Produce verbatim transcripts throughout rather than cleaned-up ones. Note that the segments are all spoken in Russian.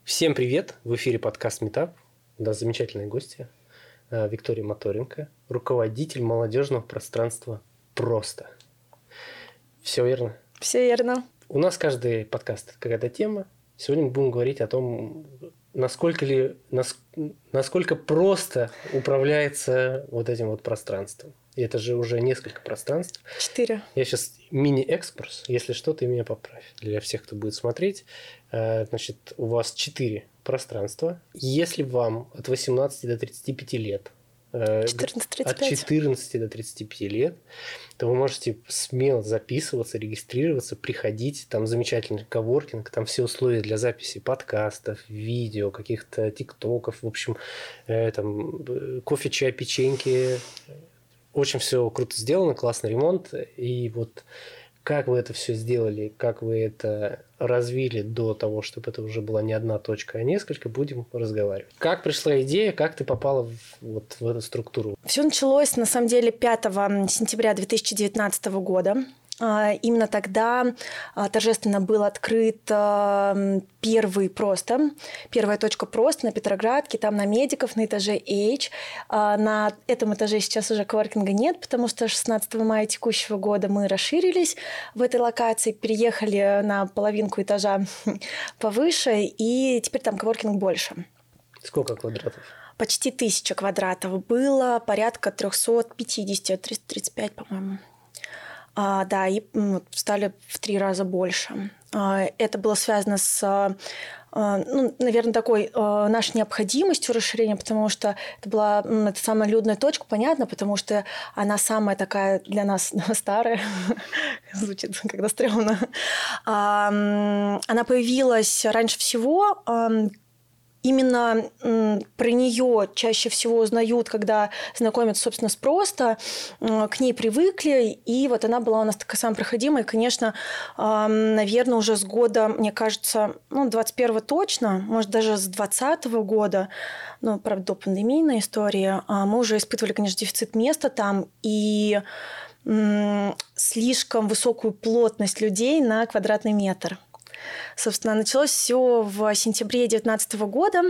Всем привет! В эфире подкаст «Метап». У нас замечательные гости. Виктория Моторенко, руководитель молодежного пространства «Просто». Все верно? Все верно. У нас каждый подкаст – какая-то тема. Сегодня мы будем говорить о том, насколько, ли, нас, насколько просто управляется вот этим вот пространством. И это же уже несколько пространств. Четыре. Я сейчас мини-экскурс. Если что, ты меня поправь. Для всех, кто будет смотреть. Значит, у вас четыре пространства. Если вам от восемнадцати до тридцати пяти лет, четырнадцать тридцать пять. от четырнадцати до тридцати пяти лет, то вы можете смело записываться, регистрироваться, приходить. Там замечательный коворкинг, там все условия для записи подкастов, видео, каких-то тиктоков, в общем, там кофе, чай, печеньки. Очень все круто сделано, классный ремонт. И вот как вы это все сделали, как вы это развили до того, чтобы это уже была не одна точка, а несколько, будем разговаривать. Как пришла идея, как ты попала в, вот, в эту структуру? Все началось, на самом деле, пятого сентября две тысячи девятнадцатого года. Именно тогда торжественно был открыт первый просто, первая точка просто на Петроградке, там на Медиков, на этаже H. На этом этаже сейчас уже коворкинга нет, потому что шестнадцатого мая текущего года мы расширились в этой локации, переехали на половинку этажа повыше, и теперь там коворкинг больше. Сколько квадратов? Почти тысяча квадратов. Было порядка триста пятьдесят, триста тридцать пять, по-моему. А, да, и ну, стали в три раза больше. А, это было связано с, а, ну, наверное, такой а, нашей необходимостью расширения, потому что это была ну, это самая людная точка, понятно, потому что она самая такая для нас старая, звучит когда стрёмно. А, она появилась раньше всего. А, Именно м, про нее чаще всего узнают, когда знакомятся, собственно, с просто, э, к ней привыкли, и вот она была у нас такая самая проходимая. И, конечно, э, наверное, уже с года, мне кажется, ну, двадцать первого точно, может, даже с двадцатого года, ну, правда, до пандемийной истории, э, мы уже испытывали, конечно, дефицит места там и м, слишком высокую плотность людей на квадратный метр. Собственно, началось все в сентябре две тысячи девятнадцатого года.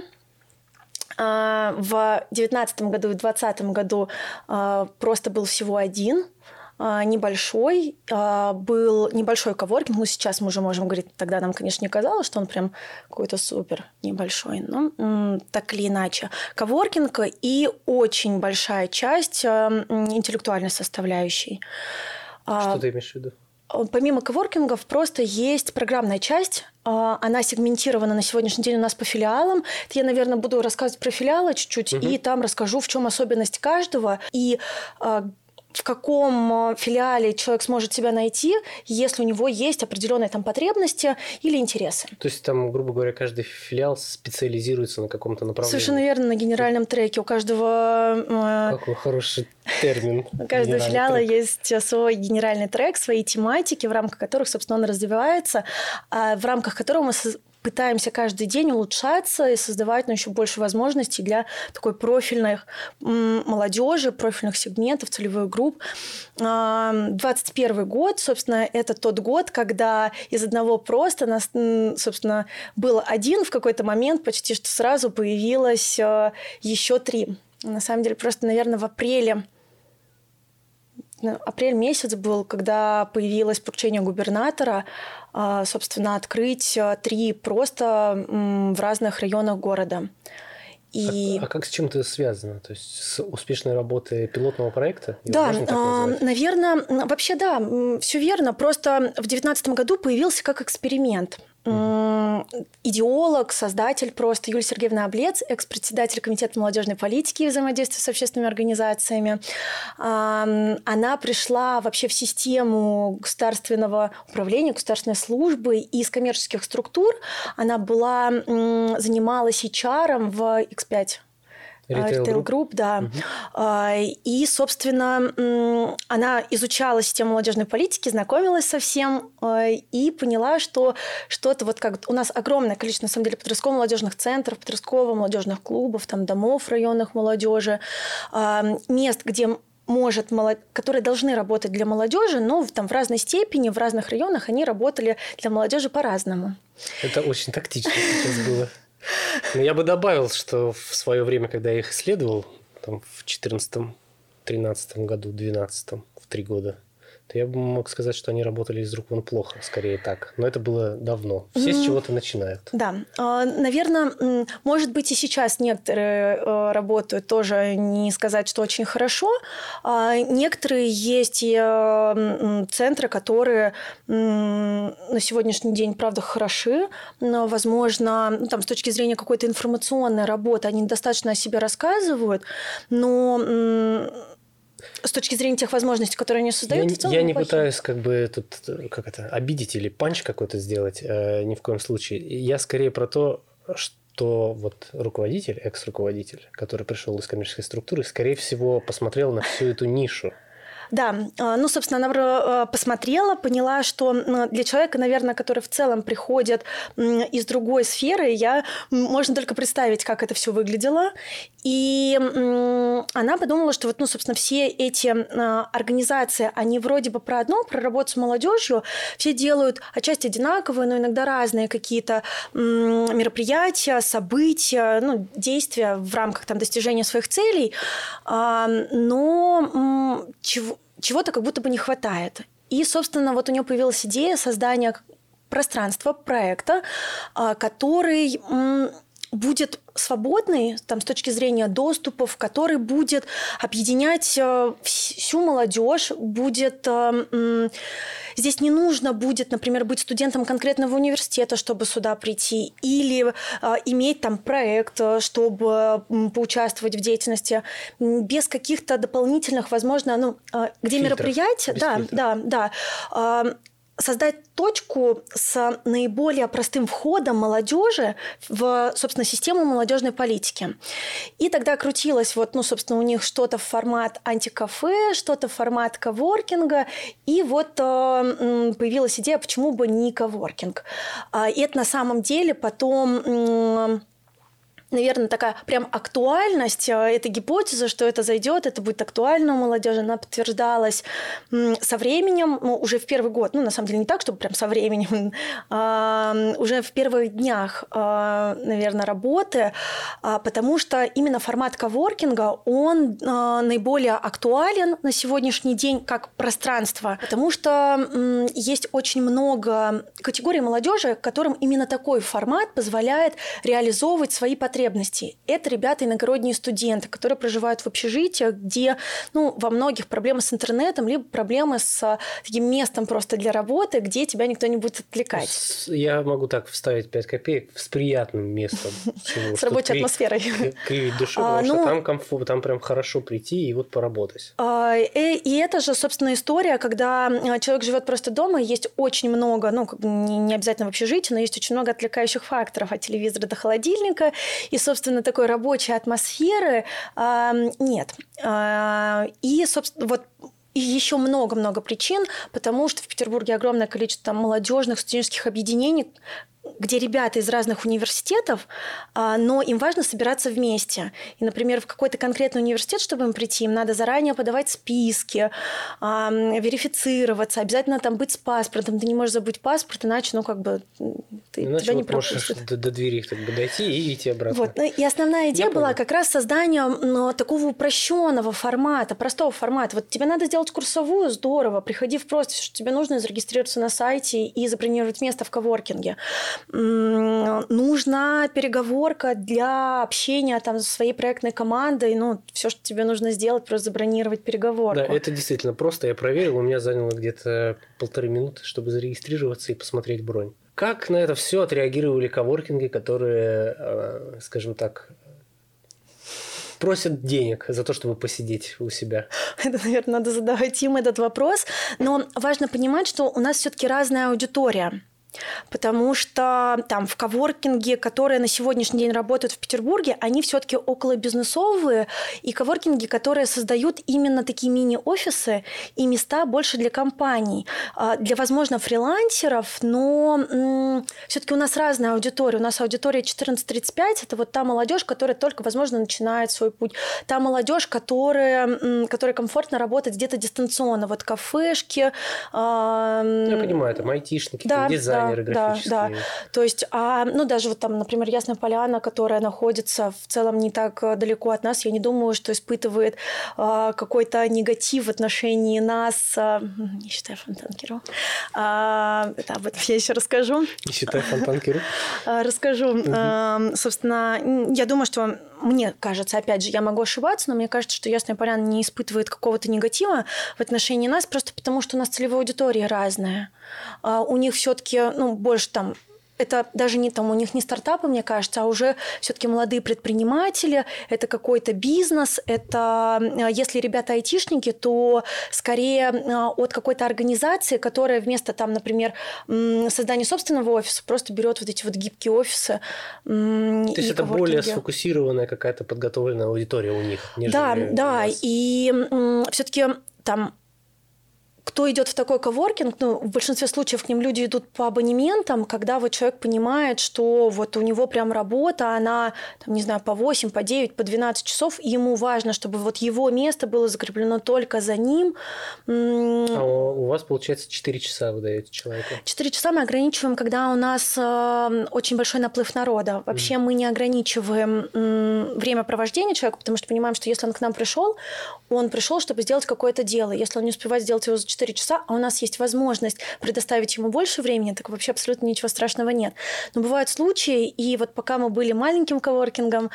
В две тысячи девятнадцатом году и две тысячи двадцатом году просто был всего один, небольшой. Был небольшой коворкинг. Ну, сейчас мы уже можем говорить, тогда нам, конечно, не казалось, что он прям какой-то супер небольшой. Но так или иначе. Коворкинг и очень большая часть интеллектуальной составляющей. Что ты имеешь в виду? Помимо коворкингов просто есть программная часть. Она сегментирована на сегодняшний день у нас по филиалам. Я, наверное, буду рассказывать про филиалы чуть-чуть, угу. И там расскажу, в чем особенность каждого и в каком филиале человек сможет себя найти, если у него есть определенные там потребности или интересы. То есть там, грубо говоря, каждый филиал специализируется на каком-то направлении? Совершенно верно, на генеральном треке. У каждого... Какой хороший термин. У каждого филиала трек. Есть свой генеральный трек, свои тематики, в рамках которых, собственно, он развивается, в рамках которого мы пытаемся каждый день улучшаться и создавать ну, еще больше возможностей для такой профильных молодежи, профильных сегментов, целевых групп. двадцать первый год, собственно, это тот год, когда из одного просто нас, собственно, был один, в какой-то момент почти что сразу появилось еще три. На самом деле, просто, наверное, в апреле Апрель месяц был, когда появилось поручение губернатора, собственно, открыть три просто в разных районах города. И... А, а как с чем это связано? То есть с успешной работой пилотного проекта? Да, наверное, вообще да, все верно. Просто в две тысячи девятнадцатом году появился как эксперимент. Mm-hmm. Идеолог, создатель просто Юлия Сергеевна Облец, экс-председатель Комитета молодежной политики и взаимодействия с общественными организациями. Она пришла вообще в систему государственного управления, государственной службы и из коммерческих структур. Она была, занималась эйч ар в икс пять. Retail Group, да. Uh-huh. И, собственно, она изучала систему молодежной политики, знакомилась со всем и поняла, что что-то вот как у нас огромное количество, на самом деле, подростково-молодежных центров, подростково-молодежных клубов, там, домов районных молодежи, мест, где может, которые должны работать для молодежи, но там в разной степени, в разных районах они работали для молодежи по-разному. Это очень тактично сейчас было. Ну, я бы добавил, что в свое время, когда я их исследовал, там, в четырнадцатом, тринадцатом году, двенадцатом, в три года, то я бы мог сказать, что они работали из рук вон плохо, скорее так. Но это было давно. Все с чего-то начинают. Да. Наверное, может быть, и сейчас некоторые работают тоже, не сказать, что очень хорошо. Некоторые есть и центры, которые на сегодняшний день, правда, хороши. Но, возможно, ну, там, с точки зрения какой-то информационной работы, они достаточно о себе рассказывают, но... С точки зрения тех возможностей, которые они создают, я, в целом я не неплохие. пытаюсь как бы тут как это обидеть или панч какой-то сделать, э, ни в коем случае. Я скорее про то, что вот руководитель, экс-руководитель, который пришел из коммерческой структуры, скорее всего, посмотрел на всю эту нишу. Да, ну, собственно, она посмотрела, поняла, что для человека, наверное, который в целом приходит из другой сферы, я, можно только представить, как это все выглядело. И она подумала, что вот, ну, собственно, все эти организации, они вроде бы про одно, про работу с молодежью, все делают отчасти одинаковые, но иногда разные какие-то мероприятия, события, ну, действия в рамках там, достижения своих целей, но чего чего-то как будто бы не хватает. И, собственно, вот у нее появилась идея создания пространства, проекта, который будет свободный там, с точки зрения доступов, который будет объединять всю молодежь, будет... Здесь не нужно будет, например, быть студентом конкретного университета, чтобы сюда прийти, или иметь там проект, чтобы поучаствовать в деятельности, без каких-то дополнительных, возможно, ну, где фильтров, мероприятия... Да, фильтров. да, да. Создать точку с наиболее простым входом молодежи в, собственно, систему молодежной политики. И тогда крутилось, вот, ну, собственно, у них что-то в формат антикафе, что-то в формат коворкинга, и вот э, появилась идея, почему бы не коворкинг. И это на самом деле потом... Э, Наверное, такая прям актуальность этой гипотезы, что это зайдет, это будет актуально у молодежи, она подтверждалась со временем, ну, уже в первый год, ну, на самом деле, не так, чтобы прям со временем, а, уже в первых днях, а, наверное, работы, а, потому что именно формат коворкинга, он а, наиболее актуален на сегодняшний день как пространство, потому что м, есть очень много категорий молодежи, которым именно такой формат позволяет реализовывать свои потребности. Это ребята иногородние студенты, которые проживают в общежитиях, где, ну, во многих проблемы с интернетом, либо проблемы с таким местом просто для работы, где тебя никто не будет отвлекать. Я могу так вставить пять копеек с приятным местом. С рабочей атмосферой. Кривить душу, потому что там комфорт, там прям хорошо прийти и вот поработать. И это же, собственно, история, когда человек живет просто дома, есть очень много, ну, не обязательно в общежитии, но есть очень много отвлекающих факторов, от телевизора до холодильника. И, собственно, такой рабочей атмосферы э, нет. Э, и, собственно, вот и еще много-много причин, потому что в Петербурге огромное количество там, молодежных студенческих объединений, где ребята из разных университетов, но им важно собираться вместе. И, например, в какой-то конкретный университет, чтобы им прийти, им надо заранее подавать списки, верифицироваться, обязательно там быть с паспортом. Ты не можешь забыть паспорт, иначе, ну, как бы, ты, иначе тебя вот не пропустят. До, до двери как бы дойти и идти обратно. Вот. И основная идея Я была понял. как раз создание ну, такого упрощенного формата, простого формата. Вот тебе надо сделать курсовую, здорово, приходи в просто, что тебе нужно зарегистрироваться на сайте и забронировать место в коворкинге. Нужна переговорка для общения там, со своей проектной командой. Ну, все, что тебе нужно сделать, просто забронировать переговорку. Да, это действительно просто. Я проверил, у меня заняло где-то полторы минуты, чтобы зарегистрироваться и посмотреть бронь. Как на это все отреагировали коворкинги, которые, скажем так, просят денег за то, чтобы посидеть у себя? Это, наверное, надо задавать им этот вопрос. Но важно понимать, что у нас все-таки разная аудитория. Потому что там в коворкинге, которые на сегодняшний день работают в Петербурге, они все-таки около бизнесовые, и коворкинги, которые создают именно такие мини-офисы и места больше для компаний, для, возможно, фрилансеров, но все-таки у нас разная аудитория. У нас аудитория четырнадцать тридцать пять, это вот та молодежь, которая только, возможно, начинает свой путь. Та молодежь, которая, которая комфортно работает где-то дистанционно. Вот кафешки. Я понимаю, там айтишники, да, дизайнеры. дизайнеры да, графические. Да, да. То есть, а, ну, даже вот там, например, Ясная Поляна, которая находится в целом не так далеко от нас, я не думаю, что испытывает а, какой-то негатив в отношении нас, а, не считая Фонтанки.ру. А, да, об этом я еще расскажу. Не считая Фонтанки.ру? Расскажу. Угу. А, собственно, я думаю, что мне кажется, опять же, я могу ошибаться, но мне кажется, что Ясная Поляна не испытывает какого-то негатива в отношении нас, просто потому что у нас целевая аудитория разная. А у них все-таки, ну, больше там, это даже не там, у них не стартапы, мне кажется, а уже все-таки молодые предприниматели, это какой-то бизнес, это, если ребята айтишники, то скорее от какой-то организации, которая вместо там, например, создания собственного офиса просто берет вот эти вот гибкие офисы. То есть это более сфокусированная какая-то подготовленная аудитория у них, нежели да, у да, нас. И все-таки там кто идет в такой коворкинг, ну, в большинстве случаев к ним люди идут по абонементам, когда вот человек понимает, что вот у него прям работа, она, там, не знаю, по восемь, по девять, по двенадцать часов, и ему важно, чтобы вот его место было закреплено только за ним. А у вас, получается, четыре часа вы даете человеку? четыре часа мы ограничиваем, когда у нас э, очень большой наплыв народа. Вообще mm. мы не ограничиваем э, время провождения человека, потому что понимаем, что если он к нам пришел, он пришел, чтобы сделать какое-то дело. Если он не успевает сделать его за четыре часа, а у нас есть возможность предоставить ему больше времени, так вообще абсолютно ничего страшного нет. Но бывают случаи, и вот пока мы были маленьким коворкингом,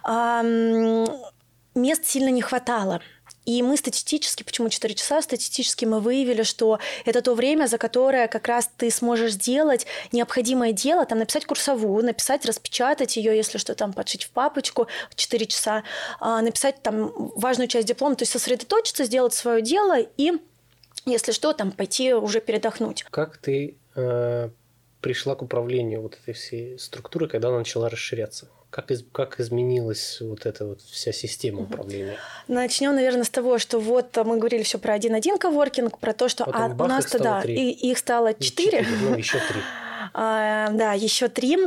мест сильно не хватало. И мы статистически, почему четыре часа, статистически мы выявили, что это то время, за которое как раз ты сможешь сделать необходимое дело, там написать курсовую, написать, распечатать ее, если что, там подшить в папочку четыре часа, написать там важную часть диплома, то есть сосредоточиться, сделать свое дело и, если что, там пойти уже передохнуть. Как ты э, пришла к управлению вот этой всей структурой, когда она начала расширяться? Как, из, как изменилась вот эта вот вся система управления? Начнем, наверное, с того, что вот мы говорили все про один-один коворкинг, про то, что а, у нас-то да, и, их стало четыре. Ну, еще три. А, да, еще три,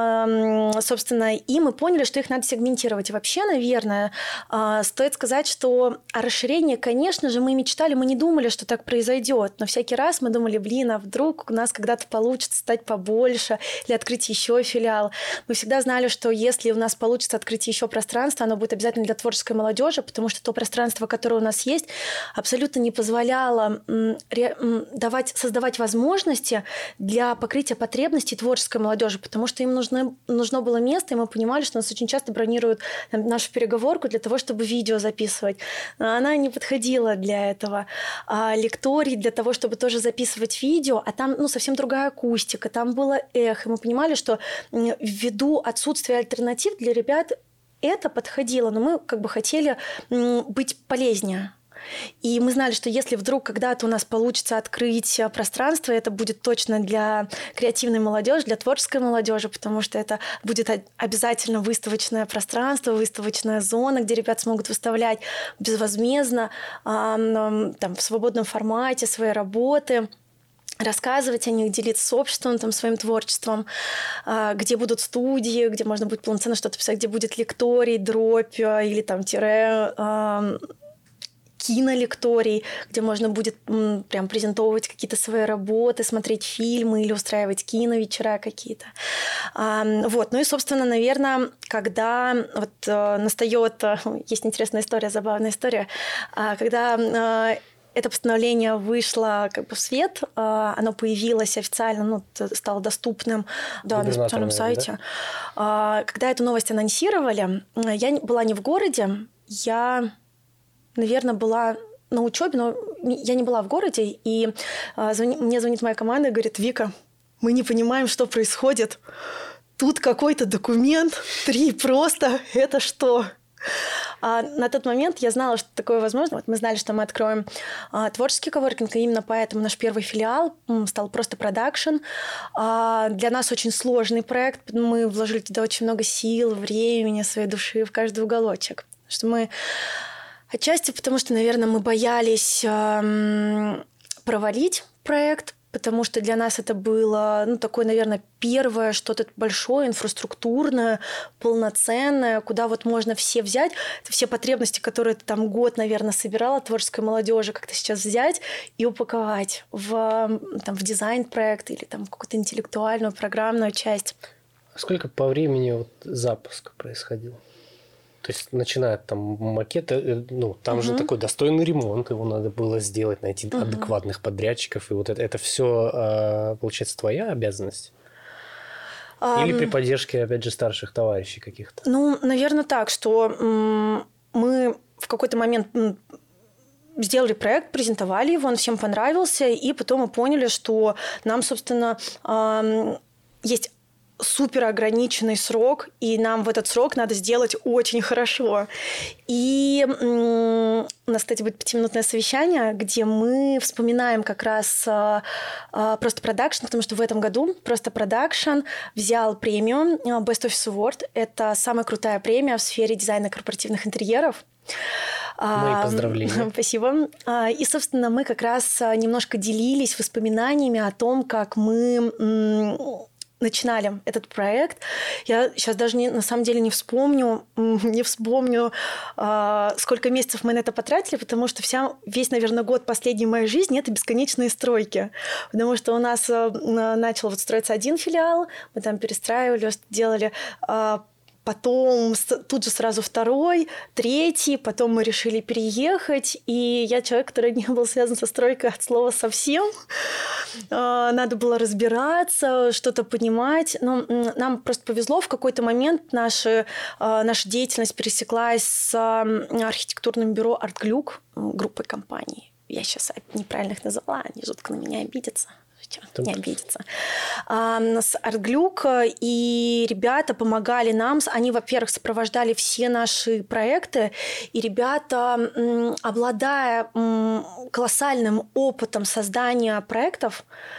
а, собственно, и мы поняли, что их надо сегментировать. И вообще, наверное, а, стоит сказать, что о расширении, конечно же, мы мечтали, мы не думали, что так произойдет, но всякий раз мы думали, блин, а вдруг у нас когда-то получится стать побольше или открыть еще филиал. Мы всегда знали, что если у нас получится открыть еще пространство, оно будет обязательно для творческой молодежи, потому что то пространство, которое у нас есть, абсолютно не позволяло м, ре, м, давать, создавать возможности для покрытия потребностей потребностей творческой молодежи, потому что им нужно, нужно было место, и мы понимали, что нас очень часто бронируют там, нашу переговорку для того, чтобы видео записывать. Она не подходила для этого. А лекторий для того, чтобы тоже записывать видео, а там ну, совсем другая акустика, там было эхо. И мы понимали, что ввиду отсутствия альтернатив для ребят это подходило, но мы как бы хотели быть полезнее. И мы знали, что если вдруг когда-то у нас получится открыть пространство, это будет точно для креативной молодежи, для творческой молодежи, потому что это будет обязательно выставочное пространство, выставочная зона, где ребята смогут выставлять безвозмездно, там, в свободном формате свои работы, рассказывать о них, делиться с обществом, там, своим творчеством, где будут студии, где можно будет полноценно что-то писать, где будет лекторий, дробь или там тире, кинолекторий, где можно будет м, прям презентовывать какие-то свои работы, смотреть фильмы или устраивать киновечера какие-то. А, вот. Ну и, собственно, наверное, когда вот, э, настает... Есть интересная история, забавная история. А, когда... Э, Это постановление вышло как бы в свет, оно появилось официально, ну, стало доступным да, на специальном сайте. Да? Когда эту новость анонсировали, я была не в городе, я, наверное, была на учебе, но я не была в городе, и звони, мне звонит моя команда и говорит: Вика, мы не понимаем, что происходит. Тут какой-то документ, три просто, это что? А на тот момент я знала, что такое возможно. Вот мы знали, что мы откроем а, творческий коворкинг, и именно поэтому наш первый филиал м, стал просто продакшн. А, для нас очень сложный проект. Мы вложили туда очень много сил, времени, своей души в каждый уголочек. Что мы отчасти потому, что, наверное, мы боялись а, провалить проект, потому что для нас это было, ну, такое, наверное, первое что-то большое, инфраструктурное, полноценное, куда вот можно все взять, это все потребности, которые ты там год, наверное, собирала творческой молодежи, как-то сейчас взять и упаковать в, там, в дизайн-проект или там в какую-то интеллектуальную, программную часть. Сколько по времени вот запуск происходил? То есть, начиная там макеты, ну, там uh-huh. же такой достойный ремонт, его надо было сделать, найти uh-huh. адекватных подрядчиков, и вот это, это все, получается, твоя обязанность? Um, Или при поддержке, опять же, старших товарищей каких-то? Ну, наверное, так, что м- мы в какой-то момент м- сделали проект, презентовали его, он всем понравился, и потом мы поняли, что нам, собственно, эм, есть супер ограниченный срок, и нам в этот срок надо сделать очень хорошо. И м- у нас, кстати, будет пятиминутное совещание, где мы вспоминаем как раз а, а, просто продакшн, потому что в этом году просто продакшн взял премию Best Office Award. Это самая крутая премия в сфере дизайна корпоративных интерьеров. Мои поздравления. Спасибо. И, собственно, мы как раз немножко делились воспоминаниями о том, как мы м- начинали этот проект. Я сейчас даже не, на самом деле не вспомню, не вспомню, э, сколько месяцев мы на это потратили, потому что вся, весь, наверное, год последней моей жизни – это бесконечные стройки. Потому что у нас э, начал вот строиться один филиал, мы там перестраивали, делали… Э, Потом тут же сразу второй, третий, потом мы решили переехать, и я человек, который не был связан со стройкой от слова совсем. Надо было разбираться, что-то понимать. Но нам просто повезло, в какой-то момент наша, наша деятельность пересеклась с архитектурным бюро «Артглюк», группой компаний. Я сейчас неправильно их назвала, они жутко на меня обидятся. Не обидеться. А, с Артглюк, и ребята помогали нам. Они, во-первых, сопровождали все наши проекты, и ребята, м, обладая м, колоссальным опытом создания проектов,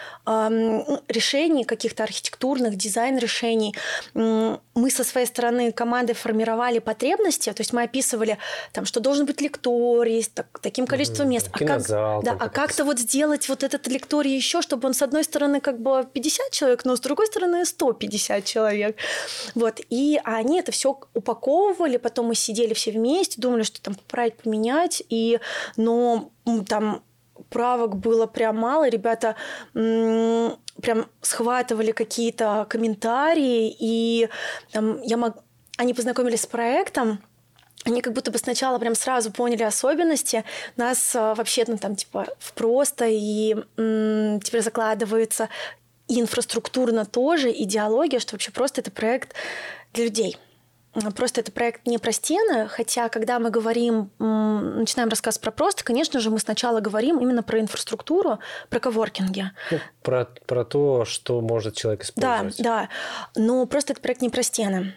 решений, каких-то архитектурных, дизайн-решений. Мы со своей стороны команды формировали потребности, то есть мы описывали, там, что должен быть лекторий, так, таким количеством мест. А, как, да, а как-то вот сделать вот этот лекторий еще, чтобы он с одной стороны как бы пятьдесят человек, но с другой стороны сто пятьдесят человек. Вот. И они это все упаковывали, потом мы сидели все вместе, думали, что там поправить, поменять, и, но там правок было прям мало, ребята м- прям схватывали какие-то комментарии, и там, я мог... они познакомились с проектом, они как будто бы сначала прям сразу поняли особенности. У нас а, вообще ну, там типа просто, и м- теперь закладывается и инфраструктурно тоже идеология, что вообще просто это проект для людей. Просто это проект не про стены, хотя когда мы говорим, начинаем рассказ про просто, конечно же, мы сначала говорим именно про инфраструктуру, про коворкинги. Ну, про, про то, что может человек использовать. Да, да. Но просто это проект не про стены.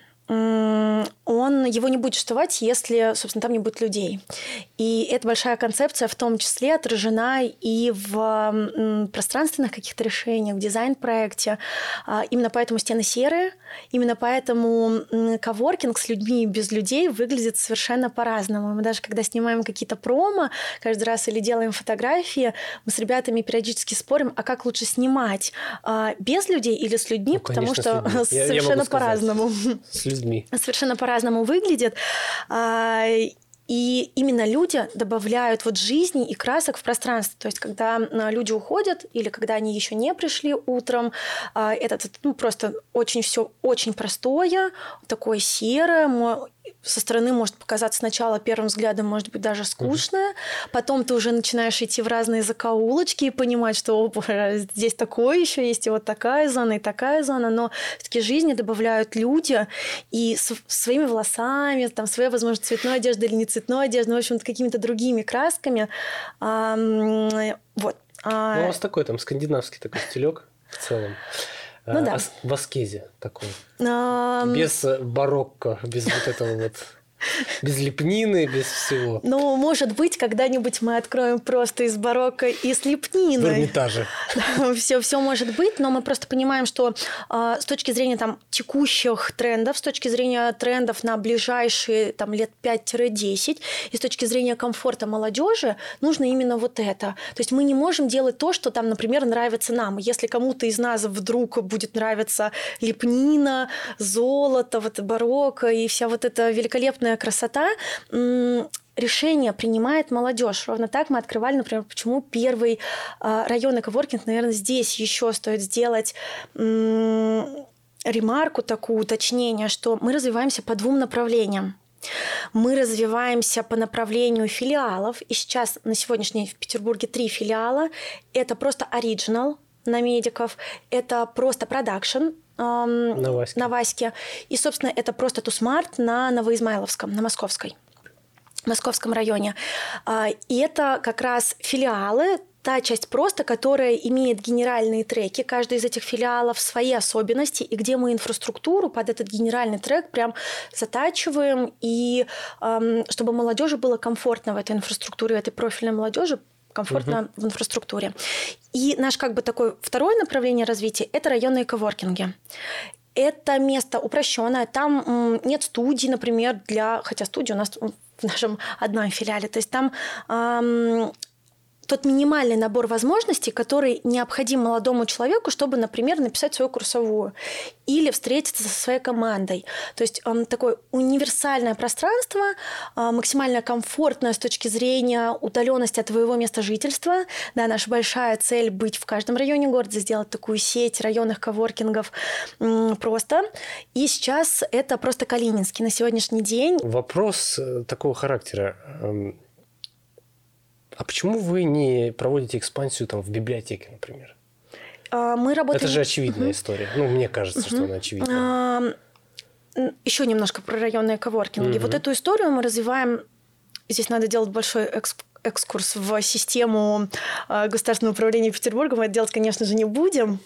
Он, его не будет существовать, если, собственно, там не будет людей. И эта большая концепция в том числе отражена и в пространственных каких-то решениях, в дизайн-проекте. Именно поэтому стены серые, именно поэтому коворкинг с людьми и без людей выглядит совершенно по-разному. Мы даже когда снимаем какие-то промо каждый раз или делаем фотографии, мы с ребятами периодически спорим, а как лучше снимать, без людей или с людьми, ну, потому что совершенно по-разному. С людьми. Совершенно по-разному выглядит. И именно люди добавляют вот жизни и красок в пространство. То есть, когда люди уходят или когда они еще не пришли утром, это ну, просто очень все очень простое, такое серое. Со стороны может показаться сначала первым взглядом, может быть, даже скучное. Mm-hmm. Потом ты уже начинаешь идти в разные закоулочки и понимать, что опа, здесь такое еще есть, и вот такая зона, и такая зона. Но все-таки жизни добавляют люди и с своими волосами, там, своей, возможно, цветной одеждой или не цветной одеждой, в общем-то, какими-то другими красками. А, вот. Ну, у вас такой там скандинавский такой стилек в целом. Ну, а, да. В аскезе такой. А... Без барокко, без вот этого вот Без лепнины, без всего. Ну, может быть, когда-нибудь мы откроем просто из барокко и с лепниной. В Эрмитаже. Все, все может быть, но мы просто понимаем, что э, с точки зрения там, текущих трендов, с точки зрения трендов на ближайшие там, лет пять-десять, и с точки зрения комфорта молодежи, нужно именно вот это. То есть мы не можем делать то, что там, например, нравится нам. Если кому-то из нас вдруг будет нравиться лепнина, золото, вот барокко и вся вот эта великолепная красота, решение принимает молодежь. Ровно так мы открывали, например, почему первый районный коворкинг, наверное, здесь еще стоит сделать ремарку такую, уточнение, что мы развиваемся по двум направлениям. Мы развиваемся по направлению филиалов, и сейчас на сегодняшний день в Петербурге три филиала. Это просто оригинал на медиков, это просто продакшн, На Ваське. на Ваське. И, собственно, это просто Тусмарт на Новоизмайловском, на Московской, Московском районе. И это как раз филиалы, та часть просто, которая имеет генеральные треки, каждый из этих филиалов свои особенности, и где мы инфраструктуру под этот генеральный трек прям затачиваем, и чтобы молодежи было комфортно в этой инфраструктуре, этой профильной молодежи, комфортно uh-huh. в инфраструктуре. И наш как бы такое второе направление развития – это районные коворкинги. Это место упрощенное, там м, нет студий, например, для… Хотя студия у нас в нашем одном филиале. То есть там… Эм, тот минимальный набор возможностей, который необходим молодому человеку, чтобы, например, написать свою курсовую или встретиться со своей командой. То есть он такое универсальное пространство, максимально комфортное с точки зрения удаленности от твоего места жительства. Да, наша большая цель быть в каждом районе города, сделать такую сеть районных коворкингов просто. И сейчас это просто Калининский на сегодняшний день. Вопрос такого характера. А почему вы не проводите экспансию там, в библиотеке, например? Мы работаем... Это же очевидная uh-huh. история. Ну, мне кажется, uh-huh. что она очевидна. Uh, еще немножко про районные коворкинги. Uh-huh. Вот эту историю мы развиваем... Здесь надо делать большой эксп... экскурс в систему uh, государственного управления Петербурга. Мы это делать, конечно же, не будем.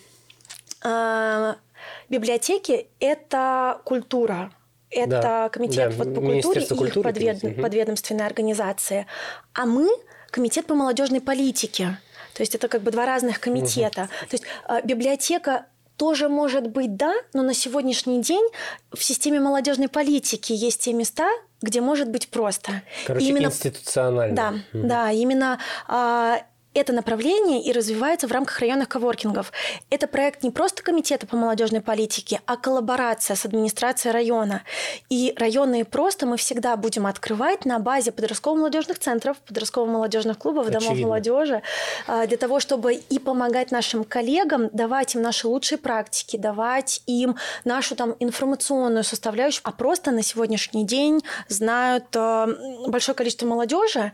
Uh, библиотеки – это культура. Это да, комитет да, вот, по культуре и их подвед... угу. подведомственные организации. А мы комитет по молодежной политике. То есть это как бы два разных комитета. Угу. То есть э, библиотека тоже может быть, да, но на сегодняшний день в системе молодежной политики есть те места, где может быть просто. Короче, именно... институционально. Да, угу. да, именно... Э, это направление и развивается в рамках районных коворкингов. Это проект не просто комитета по молодежной политике, а коллаборация с администрацией района. И районные просто мы всегда будем открывать на базе подростково-молодежных центров, подростково-молодежных клубов, Очевидно. домов молодежи, для того, чтобы и помогать нашим коллегам, давать им наши лучшие практики, давать им нашу там информационную составляющую. А просто на сегодняшний день знают большое количество молодежи.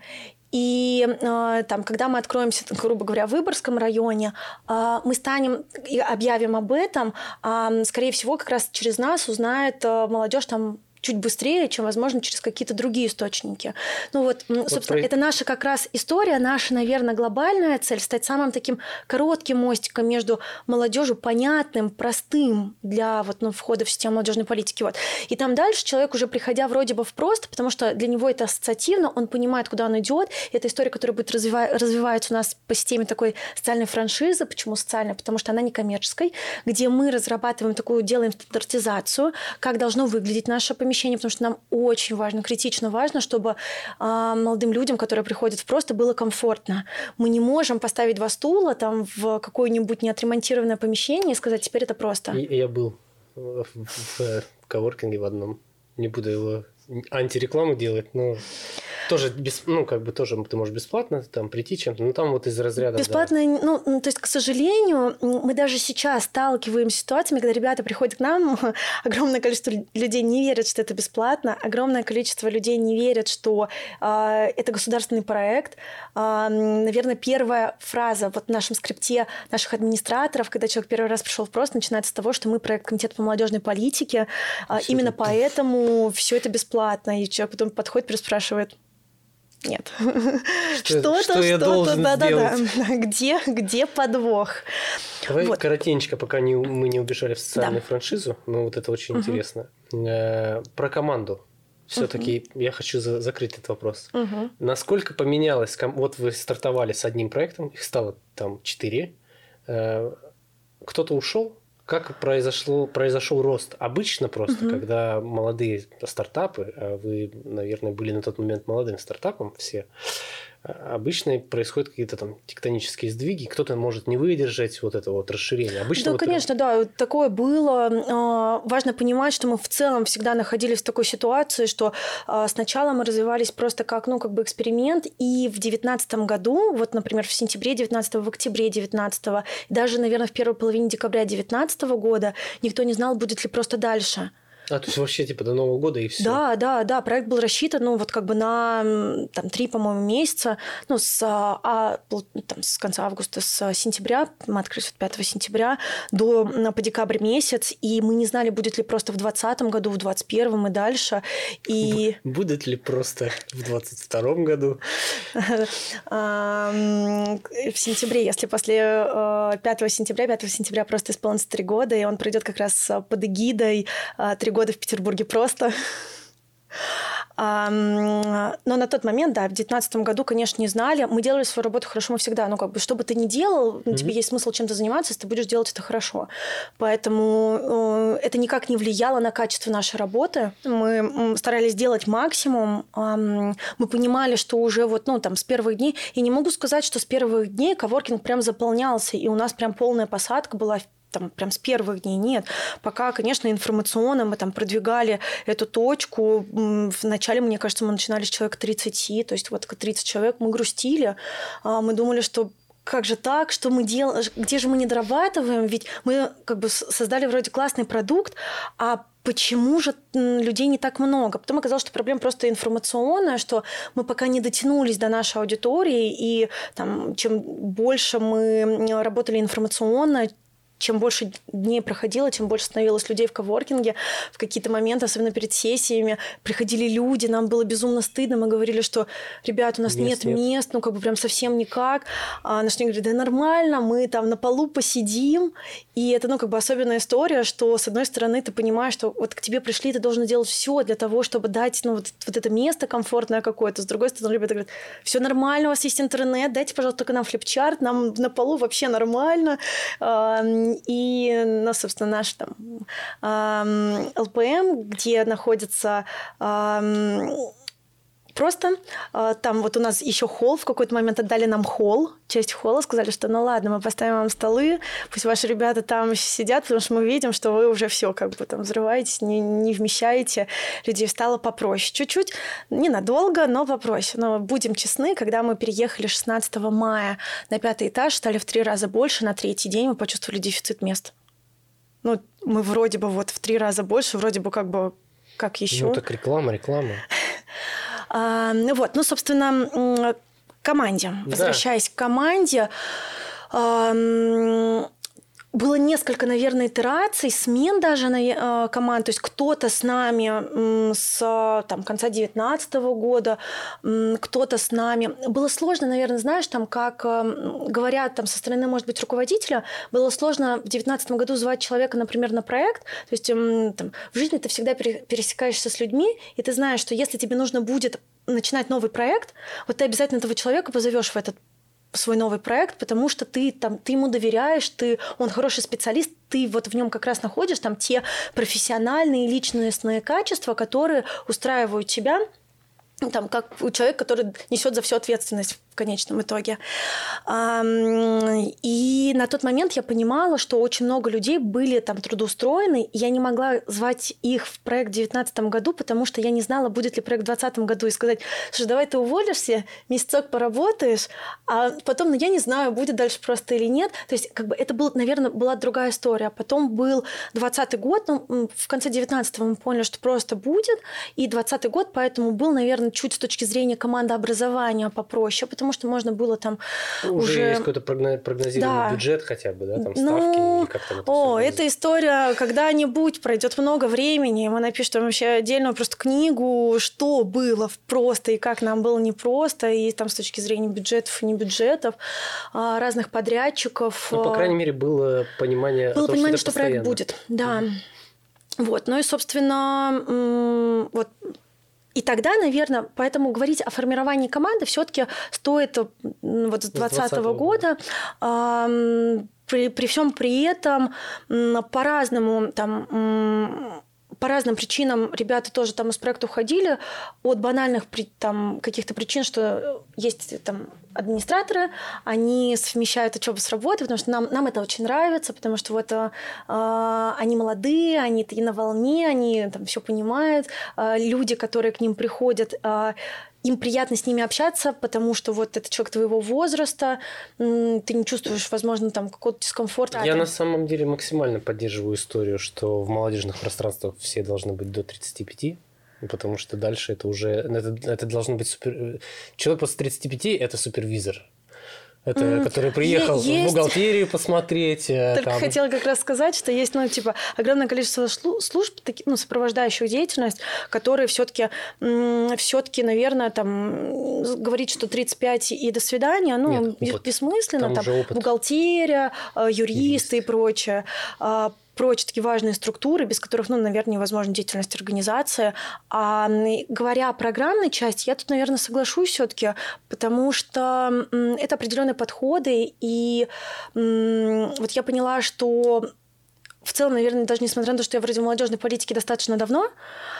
И э, там, когда мы откроемся, грубо говоря, в Выборгском районе, э, мы станем и объявим об этом, э, скорее всего, как раз через нас узнает э, молодежь там чуть быстрее, чем, возможно, через какие-то другие источники. Ну вот, вот собственно, про... это наша как раз история, наша, наверное, глобальная цель – стать самым таким коротким мостиком между молодежью, понятным, простым для вот, ну, входа в систему молодежной политики. Вот. И там дальше человек, уже приходя вроде бы в просто, потому что для него это ассоциативно, он понимает, куда он идет. Это история, которая будет развива... развиваться у нас по системе такой социальной франшизы. Почему социальная? Потому что она не коммерческой, где мы разрабатываем такую, делаем стандартизацию, как должно выглядеть наше помещение, потому что нам очень важно, критично важно, чтобы э, молодым людям, которые приходят в просто, было комфортно. Мы не можем поставить два стула там, в какое-нибудь неотремонтированное помещение и сказать, теперь это просто. Я был в, в коворкинге в одном. Не буду его антирекламу делать, но тоже, без, ну, как бы тоже ты можешь бесплатно там прийти чем-то, но там вот из разряда... Бесплатно, да. ну, то есть, к сожалению, мы даже сейчас сталкиваемся с ситуациями, когда ребята приходят к нам, огромное количество людей не верят, что это бесплатно, огромное количество людей не верят, что э, это государственный проект. Э, наверное, первая фраза вот в нашем скрипте наших администраторов, когда человек первый раз пришел в прос, начинается с того, что мы проект комитета по молодежной политике, э, именно это... поэтому все это бесплатно. И человек потом подходит, переспрашивает, нет. Что, что-то, что я что-то, должен да, сделать? Да, да. Где, где подвох? Давай вот. коротенько, пока не, мы не убежали в социальную да. франшизу, но вот это очень угу. интересно. Э, про команду. все-таки угу. я хочу за- закрыть этот вопрос. Угу. Насколько поменялось... Вот вы стартовали с одним проектом, их стало там четыре. Кто-то ушел? Как произошло, произошел рост? Обычно просто, угу. когда молодые стартапы, а вы, наверное, были на тот момент молодым стартапом все, обычно происходят какие-то там тектонические сдвиги, кто-то может не выдержать вот это вот расширение. Обычно да, вот... конечно, да, такое было. Важно понимать, что мы в целом всегда находились в такой ситуации, что сначала мы развивались просто как, ну, как бы эксперимент, и в девятнадцатом году, вот, например, в сентябре девятнадцатого, в октябре девятнадцатого, даже, наверное, в первой половине декабря девятнадцатого года никто не знал, будет ли просто дальше. А, то есть вообще типа до Нового года и все. Да, да, да. Проект был рассчитан, ну, вот как бы на там, три, по-моему, месяца. Ну, с, а, там, с конца августа, с сентября, мы открылись пятого сентября, до по декабрь месяц. И мы не знали, будет ли просто в двадцатом году, в двадцать первом и дальше. И... Будет ли просто в двадцать втором году? В сентябре, если после пятого сентября, пятого сентября просто исполнится три года, и он пройдет как раз под эгидой три года в Петербурге просто. Но на тот момент, да, в девятнадцатом году, конечно, не знали. Мы делали свою работу хорошо, мы всегда, ну, как бы, что бы ты ни делал, mm-hmm. тебе есть смысл чем-то заниматься, если ты будешь делать это хорошо. Поэтому э, это никак не влияло на качество нашей работы. Мы старались делать максимум. Э, мы понимали, что уже вот, ну, там, с первых дней... Я не могу сказать, что с первых дней коворкинг прям заполнялся, и у нас прям полная посадка была там прям с первых дней, нет. Пока, конечно, информационно мы там продвигали эту точку. Вначале, мне кажется, мы начинали с человека тридцати, то есть вот тридцать человек, мы грустили. Мы думали, что как же так, что мы делаем, где же мы не дорабатываем, ведь мы как бы создали вроде классный продукт, а почему же людей не так много? Потом оказалось, что проблема просто информационная, что мы пока не дотянулись до нашей аудитории, и там, чем больше мы работали информационно, чем больше дней проходило, тем больше становилось людей в коворкинге. В какие-то моменты, особенно перед сессиями, приходили люди, нам было безумно стыдно. Мы говорили, что, ребят, у нас мест, нет, нет мест, ну, как бы прям совсем никак. А наши говорят, да нормально, мы там на полу посидим. И это, ну, как бы особенная история, что, с одной стороны, ты понимаешь, что вот к тебе пришли, ты должен делать все для того, чтобы дать, ну, вот, вот это место комфортное какое-то. С другой стороны, ребята говорят, все нормально, у вас есть интернет, дайте, пожалуйста, только нам флипчарт, нам на полу вообще нормально. И, ну, собственно, наш там эл пи эм, где находится просто, там вот у нас еще холл, в какой-то момент отдали нам холл, часть холла, сказали, что ну ладно, мы поставим вам столы, пусть ваши ребята там сидят, потому что мы видим, что вы уже все как бы там взрываетесь, не, не вмещаете, людей стало попроще. Чуть-чуть, ненадолго, но попроще. Но будем честны, когда мы переехали шестнадцатого мая на пятый этаж, стали в три раза больше, на третий день мы почувствовали дефицит мест. Ну, мы вроде бы вот в три раза больше, вроде бы как бы, как еще. Ну, так реклама, реклама. А, вот, ну, собственно, команде. Да. Возвращаясь к команде, а, было несколько, наверное, итераций, смен даже на команд. То есть кто-то с нами с там, конца девятнадцатого года, кто-то с нами. Было сложно, наверное, знаешь, там, как говорят там, со стороны, может быть, руководителя, было сложно в девятнадцатом году звать человека, например, на проект. То есть там, в жизни ты всегда пересекаешься с людьми, и ты знаешь, что если тебе нужно будет начинать новый проект, вот ты обязательно этого человека позовешь в этот свой новый проект, потому что ты, там, ты ему доверяешь, ты, он хороший специалист, ты вот в нем как раз находишь там те профессиональные личностные качества, которые устраивают тебя там, как человек, который несет за всю ответственность в конечном итоге. И на тот момент я понимала, что очень много людей были там трудоустроены, и я не могла звать их в проект в две тысячи девятнадцатом году, потому что я не знала, будет ли проект в двадцатом году, и сказать, слушай, давай ты уволишься, месяцок поработаешь, а потом, ну, я не знаю, будет дальше просто или нет. То есть, как бы, это, был, наверное, была другая история. Потом был двадцатый год, ну, в конце девятнадцатого мы поняли, что просто будет, и двадцатый год, поэтому был, наверное, чуть с точки зрения командообразования попроще, потому что можно было там уже... Уже есть какой-то прогнозируемый да. бюджет хотя бы, да, там ставки, ну, или как там это О, все эта история когда-нибудь пройдет много времени, мы напишем вообще отдельную просто книгу, что было просто и как нам было непросто, и там с точки зрения бюджетов и не бюджетов, разных подрядчиков. Ну, по крайней мере, было понимание было о том, понимание, что, что проект будет, да. Mm-hmm. Вот, ну и, собственно, вот И тогда, наверное, поэтому говорить о формировании команды все-таки стоит вот с двадцатого года. При, при всем при этом по-разному там... По разным причинам ребята тоже там из проекта уходили. От банальных там, каких-то причин, что есть там администраторы, они совмещают учебу с работой, потому что нам, нам это очень нравится, потому что вот э, они молодые, они и на волне, они там все понимают. Э, люди, которые к ним приходят, э, им приятно с ними общаться, потому что вот это человек твоего возраста, ты не чувствуешь, возможно, там какого-то дискомфорта. Я на самом деле максимально поддерживаю историю, что в молодежных пространствах все должны быть до тридцати пяти, потому что дальше это уже... Это, это должно быть супер... Человек после тридцати пяти – это супервизор. Это, mm, который приехал есть... в бухгалтерию посмотреть. Только там... хотела как раз сказать, что есть, ну, типа, огромное количество служб, таки, ну, сопровождающих деятельность, которые все-таки, все-таки, наверное, там, говорить, что тридцать пять и до свидания, ну, Нет, бессмысленно. Там, там бухгалтерия, юристы Юрист. и прочее. Прочие такие важные структуры, без которых, ну, наверное, невозможна деятельность организации. А говоря о программной части, я тут, наверное, соглашусь все-таки, потому что это определенные подходы, и вот я поняла, что в целом, наверное, даже несмотря на то, что я вроде в молодежной политике достаточно давно,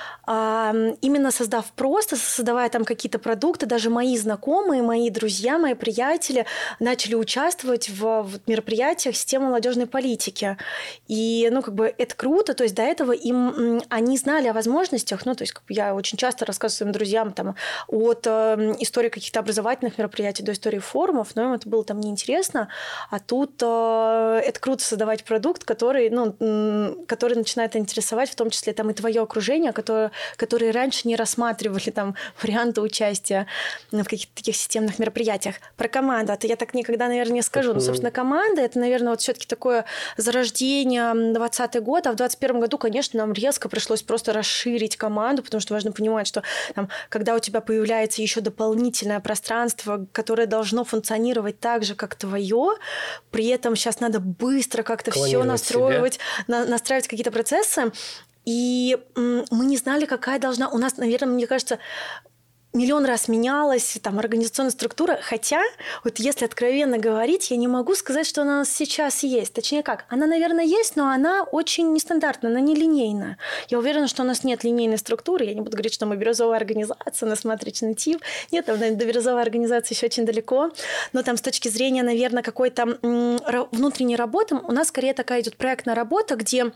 именно создав просто, создавая там какие-то продукты, даже мои знакомые, мои друзья, мои приятели начали участвовать в, в мероприятиях системы молодежной политики. И, ну, как бы это круто, то есть до этого им, они знали о возможностях, ну, то есть как бы я очень часто рассказываю своим друзьям там от э, истории каких-то образовательных мероприятий до истории форумов, но им это было там неинтересно, а тут э, это круто создавать продукт, который, ну, э, который начинает интересовать, в том числе там и твое окружение, которое которые раньше не рассматривали там варианты участия в каких-то таких системных мероприятиях. Про команду, а то я так никогда, наверное, не скажу. Но, собственно, команда – это, наверное, вот все-таки такое зарождение двадцатый год, а в двадцать первом году, конечно, нам резко пришлось просто расширить команду, потому что важно понимать, что там, когда у тебя появляется еще дополнительное пространство, которое должно функционировать так же, как твое, при этом сейчас надо быстро как-то все настроивать, на, настраивать какие-то процессы. И мы не знали, какая должна... У нас, наверное, мне кажется, миллион раз менялась там организационная структура, хотя, вот если откровенно говорить, я не могу сказать, что она у нас сейчас есть. Точнее как, она, наверное, есть, но она очень нестандартная, она нелинейная. Я уверена, что у нас нет линейной структуры. Я не буду говорить, что мы бирюзовая организация, у нас матричный тип. Нет, там, наверное, до бирюзовой организации еще очень далеко. Но там с точки зрения, наверное, какой-то м- внутренней работы, у нас скорее такая идет проектная работа, где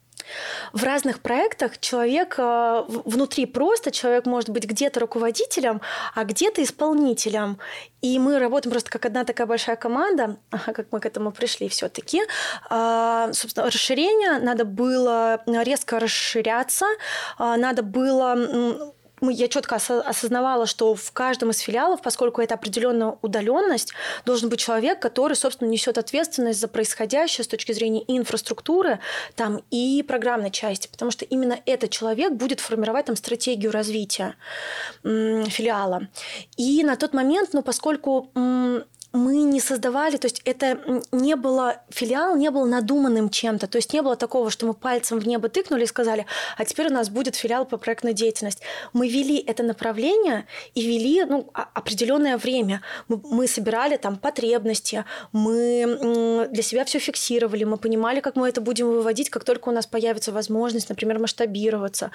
в разных проектах человек внутри просто, человек может быть где-то руководителем, а где-то исполнителем. И мы работаем просто как одна такая большая команда, как мы к этому пришли все-таки. Собственно, расширение, надо было резко расширяться, надо было... Я четко осознавала, что в каждом из филиалов, поскольку это определенная удаленность, должен быть человек, который, собственно, несет ответственность за происходящее с точки зрения и инфраструктуры там, и программной части, потому что именно этот человек будет формировать там, стратегию развития м, филиала. И на тот момент, ну, поскольку... М, мы не создавали, то есть это не было, филиал не был надуманным чем-то, то есть не было такого, что мы пальцем в небо тыкнули и сказали, а теперь у нас будет филиал по проектной деятельности. Мы вели это направление и вели ну, определенное время. Мы, мы собирали там потребности, мы для себя все фиксировали, мы понимали, как мы это будем выводить, как только у нас появится возможность, например, масштабироваться.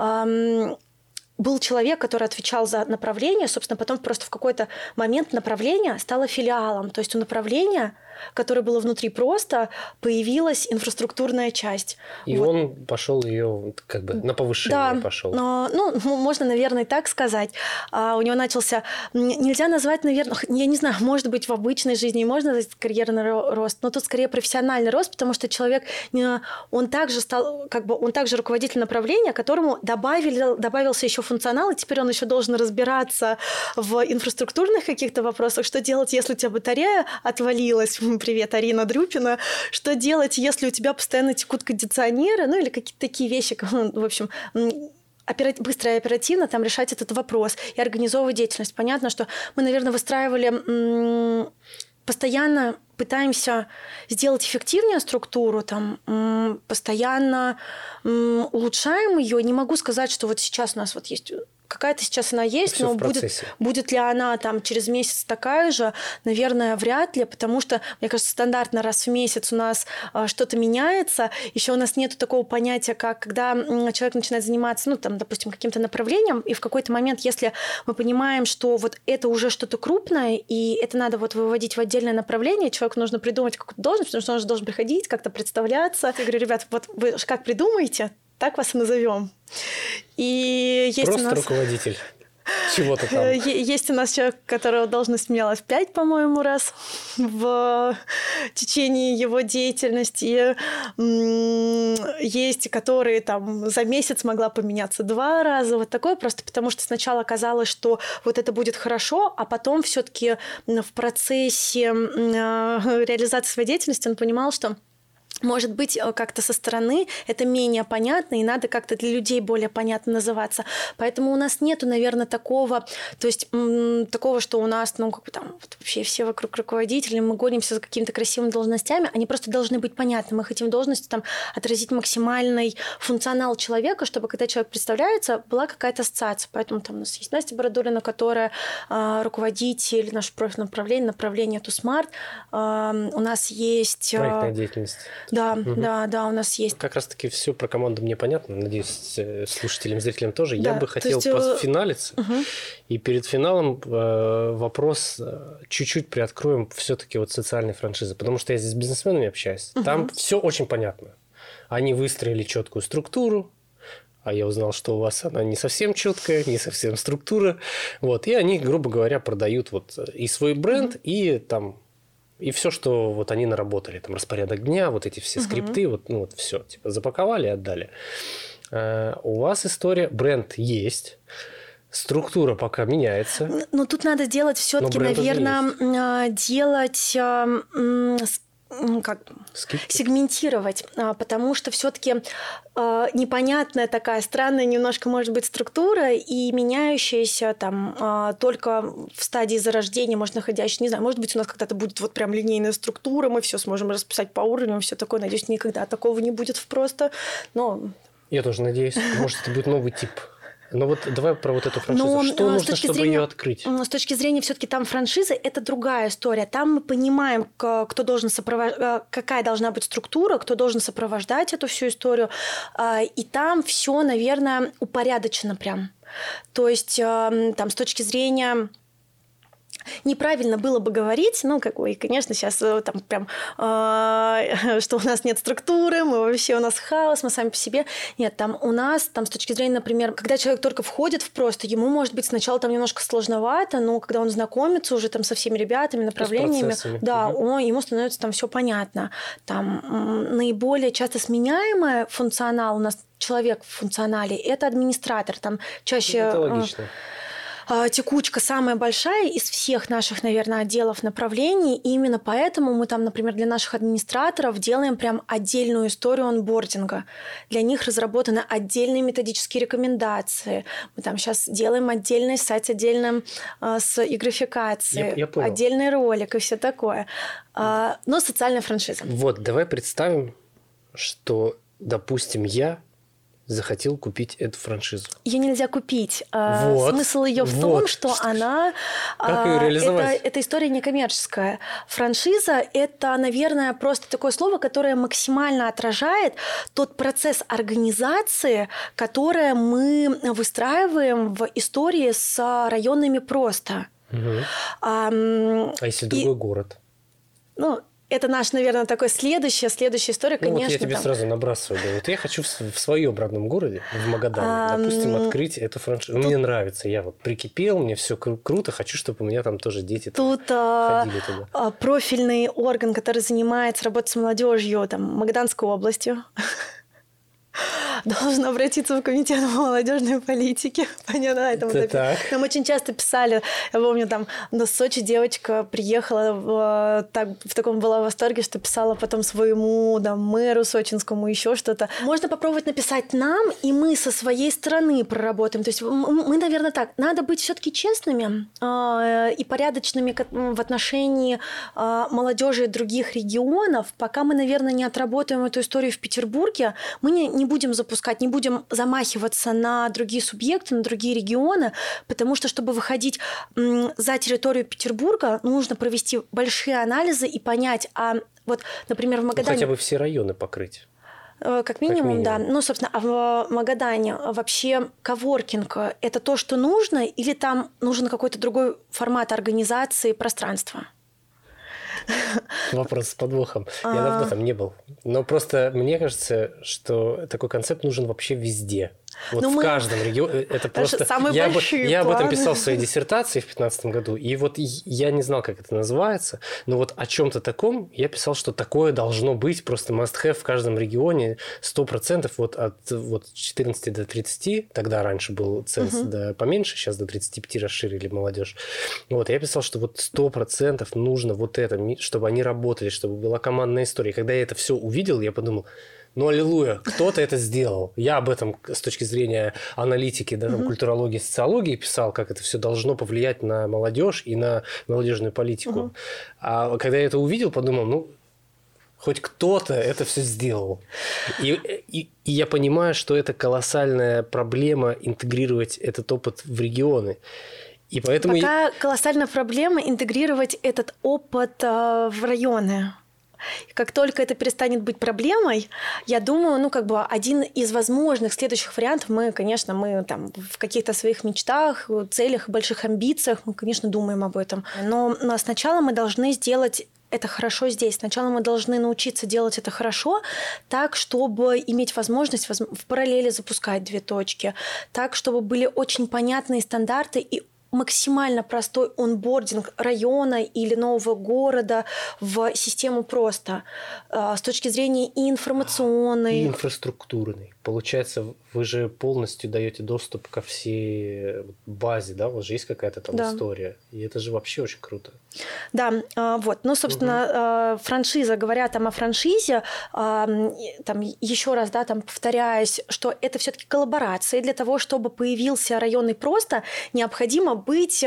Был человек, который отвечал за направление, собственно, потом просто в какой-то момент направление стало филиалом. То есть у направления, которое было внутри просто, появилась инфраструктурная часть. И вот. Он пошел ее как бы на повышение да, пошел. Но, ну, можно, наверное, и так сказать. А у него начался... Нельзя назвать, наверное, я не знаю, может быть, в обычной жизни можно назвать карьерный рост, но тут скорее профессиональный рост, потому что человек, он также стал, как бы, он также руководитель направления, которому добавили, добавился еще функционал, и теперь он еще должен разбираться в инфраструктурных каких-то вопросах, что делать, если у тебя батарея отвалилась. Привет, Арина Дрюпина. Что делать, если у тебя постоянно текут кондиционеры, ну или какие-то такие вещи, в общем, оператив, быстро и оперативно там решать этот вопрос и организовывать деятельность. Понятно, что мы, наверное, выстраивали м- постоянно пытаемся сделать эффективнее структуру, там, м- постоянно м- улучшаем ее. Не могу сказать, что вот сейчас у нас вот есть какая-то сейчас она есть, Всё но будет, будет ли она там через месяц такая же, наверное, вряд ли, потому что, мне кажется, стандартно раз в месяц у нас а, что-то меняется. Еще у нас нет такого понятия, как когда человек начинает заниматься, ну, там, допустим, каким-то направлением, и в какой-то момент, если мы понимаем, что вот это уже что-то крупное, и это надо вот выводить в отдельное направление, человеку нужно придумать какую-то должность, потому что он же должен приходить, как-то представляться. Я говорю, ребят, вот вы как придумаете, так вас и назовем. И есть Просто у нас... руководитель чего-то там. Есть у нас человек, которого должность менялась пять, по-моему, раз в течение его деятельности. Есть, которые там за месяц могла поменяться два раза. Вот такое просто потому, что сначала казалось, что вот это будет хорошо, а потом все-таки в процессе реализации своей деятельности он понимал, что может быть, как-то со стороны это менее понятно, и надо как-то для людей более понятно называться. Поэтому у нас нету, наверное, такого, то есть м- такого, что у нас, ну, как бы там вот вообще все вокруг руководителей, мы гонимся за какими-то красивыми должностями, они просто должны быть понятны. Мы хотим должности там отразить максимальный функционал человека, чтобы когда человек представляется, была какая-то ассоциация. Поэтому там у нас есть Настя Бородулина, которая э, руководитель нашего профильного направления, направления ToSmart. Э, у нас есть... Э, Проектная деятельность. Да, угу. да, да, у нас есть. Как раз-таки все про команду мне понятно. Надеюсь, слушателям, зрителям тоже. Да, Я бы хотел есть... просто финалиться. Угу. И перед финалом э, вопрос чуть-чуть приоткроем все-таки вот социальной франшизы. Потому что я здесь с бизнесменами общаюсь. Угу. Там все очень понятно. Они выстроили четкую структуру. А я узнал, что у вас она не совсем четкая, не совсем структура. Вот. И они, грубо говоря, продают вот и свой бренд, угу. и там... И все, что вот они наработали, там распорядок дня, вот эти все скрипты, uh-huh. вот, ну вот все, типа запаковали и отдали. А, у вас история, бренд есть, структура пока меняется. Но тут надо делать все-таки, наверное, делать как Скидки. Сегментировать, потому что все-таки непонятная такая странная немножко может быть структура и меняющаяся там только в стадии зарождения, может, находящаяся, не знаю, может быть, у нас когда-то будет вот прям линейная структура, мы все сможем расписать по уровням, все такое, надеюсь, никогда такого не будет просто, но... Я тоже надеюсь, может, это будет новый тип. Но вот давай про вот эту франшизу. Но, что нужно, чтобы зрения, ее открыть? С точки зрения все-таки там франшизы, это другая история. Там мы понимаем, кто должен сопровож... какая должна быть структура, кто должен сопровождать эту всю историю. И там все, наверное, упорядочено прям. То есть там с точки зрения... Неправильно было бы говорить, ну, как бы, и, конечно, сейчас там прям, э, что у нас нет структуры, мы вообще, у нас хаос, мы сами по себе. Нет, там у нас, там с точки зрения, например, когда человек только входит в просто, ему, может быть, сначала там немножко сложновато, но когда он знакомится уже там со всеми ребятами, направлениями, да, угу. он, ему становится там все понятно. Там м, наиболее часто сменяемый функционал у нас, человек в функционале, это администратор. Там чаще... Это логично. Текучка самая большая из всех наших, наверное, отделов направлений. И именно поэтому мы там, например, для наших администраторов делаем прям отдельную историю онбординга. Для них разработаны отдельные методические рекомендации. Мы там сейчас делаем отдельный сайт с отдельным э, с игрификацией, я, я отдельный ролик и все такое. Э, но социальная франшиза. Вот, давай представим, что, допустим, я захотел купить эту франшизу. Ее нельзя купить. Вот, Смысл ее в вот. том, что она... Как ее реализовать? Это, это история некоммерческая. Франшиза – это, наверное, просто такое слово, которое максимально отражает тот процесс организации, который мы выстраиваем в истории с районами просто. Угу. А, а если и... другой город? Ну, это наш, наверное, такой следующая, следующая история, ну, конечно. Вот я тебе там... сразу набрасываю. Да. Вот я хочу в, в своем родном городе, в Магадане, а, допустим, открыть эту франшизу. Тут... Мне нравится, я вот прикипел, мне все кру- круто, хочу, чтобы у меня там тоже дети Тут там, ходили туда. А, профильный орган, который занимается работой с молодежью, там, Магаданской областью, должен обратиться в комитет молодежной политики. Понятно, этому нам очень часто писали. Я помню, там на Сочи девочка приехала, в, так, в таком была в восторге, что писала потом своему там, мэру сочинскому еще что-то. Можно попробовать написать нам, и мы со своей стороны проработаем. То есть мы, наверное, так. Надо быть все-таки честными э, и порядочными в отношении э, молодежи других регионов. Пока мы, наверное, не отработаем эту историю в Петербурге, мы не, не будем запускать запускать, не будем замахиваться на другие субъекты, на другие регионы, потому что, чтобы выходить за территорию Петербурга, нужно провести большие анализы и понять, а вот, например, в Магадане... Ну, хотя бы все районы покрыть. Как минимум, как минимум, да. Ну, собственно, а в Магадане вообще коворкинг – это то, что нужно, или там нужен какой-то другой формат организации пространства? Вопрос с подвохом. Я давно там не был. Но просто мне кажется, что такой концепт нужен вообще везде. Вот ну в мы... каждом регионе. Это просто... Я, бы, я об этом писал в своей диссертации в две тысячи пятнадцатом году. И вот я не знал, как это называется. Но вот о чем-то таком я писал, что такое должно быть. Просто must-have в каждом регионе. Сто процентов вот от вот, четырнадцати до тридцати. Тогда раньше был ценз угу. да, поменьше. Сейчас до тридцати пяти расширили молодежь. Вот, я писал, что вот сто процентов нужно вот это, чтобы они работали, чтобы была командная история. И когда я это все увидел, я подумал... Ну, аллилуйя, кто-то это сделал. Я об этом с точки зрения аналитики, да, там, mm-hmm. культурологии, социологии писал, как это все должно повлиять на молодежь и на молодежную политику. Mm-hmm. А когда я это увидел, подумал, ну, хоть кто-то это все сделал. И, и, и я понимаю, что это колоссальная проблема интегрировать этот опыт в регионы. И поэтому Пока я... колоссальная проблема интегрировать этот опыт э, в районы. Как только это перестанет быть проблемой, я думаю, ну, как бы один из возможных следующих вариантов, мы, конечно, мы там в каких-то своих мечтах, целях, больших амбициях, мы, конечно, думаем об этом. Но сначала мы должны сделать это хорошо здесь. Сначала мы должны научиться делать это хорошо, так, чтобы иметь возможность в параллели запускать две точки, так, чтобы были очень понятные стандарты и максимально простой онбординг района или нового города в систему просто с точки зрения и информационной, и инфраструктурной. Получается, вы же полностью даете доступ ко всей базе, да? У вас же есть какая-то там да. история. И это же вообще очень круто. Да, вот. Ну, собственно, угу. франшиза, говоря там о франшизе, там еще раз, да, там повторяюсь, что это все-таки коллаборации. Для того, чтобы появился районный просто, необходимо быть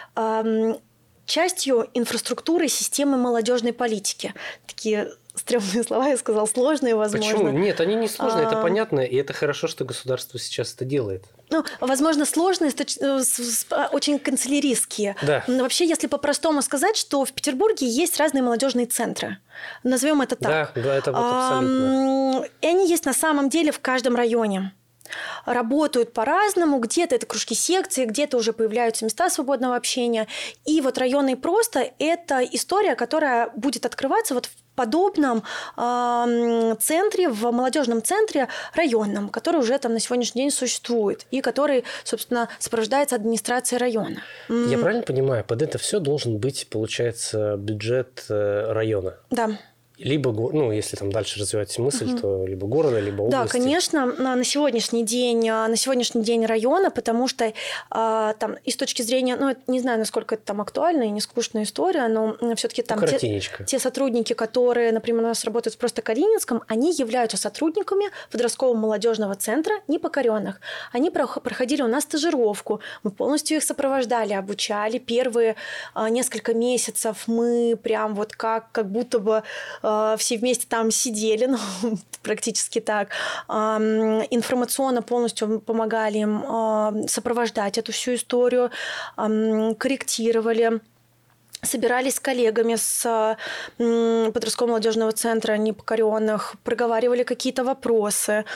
частью инфраструктуры системы молодежной политики. Такие стрёмные слова, я сказал, сложные, возможно. Почему? Нет, они не сложные, а... это понятно, и это хорошо, что государство сейчас это делает. Ну, возможно, сложные, очень канцеляристские. Да. Но вообще, если по-простому сказать, что в Петербурге есть разные молодежные центры. Назовем это так. Да, да, это вот абсолютно. И они есть на самом деле в каждом районе. Работают по-разному, где-то это кружки секции, где-то уже появляются места свободного общения. И вот районный просто – это история, которая будет открываться вот в подобном э, центре, в молодежном центре районном, который уже там на сегодняшний день существует и который, собственно, сопровождается администрацией района. Я правильно понимаю, под это все должен быть, получается, бюджет района? Да. Либо, ну, если там дальше развивать мысль, угу. то либо города, либо области. Да, конечно, на сегодняшний день, на сегодняшний день района, потому что а, там и с точки зрения, ну, не знаю, насколько это там актуальная и не скучная история, но все-таки там ну, те, те сотрудники, которые, например, у нас работают в просто Калининском, они являются сотрудниками подросткового молодежного центра непокоренных. Они проходили у нас стажировку, мы полностью их сопровождали, обучали. Первые а, несколько месяцев мы прям вот как, как будто бы все вместе там сидели, ну, практически так. Информационно полностью помогали им сопровождать эту всю историю, корректировали. Собирались с коллегами с подросткового молодежного центра непокоренных, проговаривали какие-то вопросы,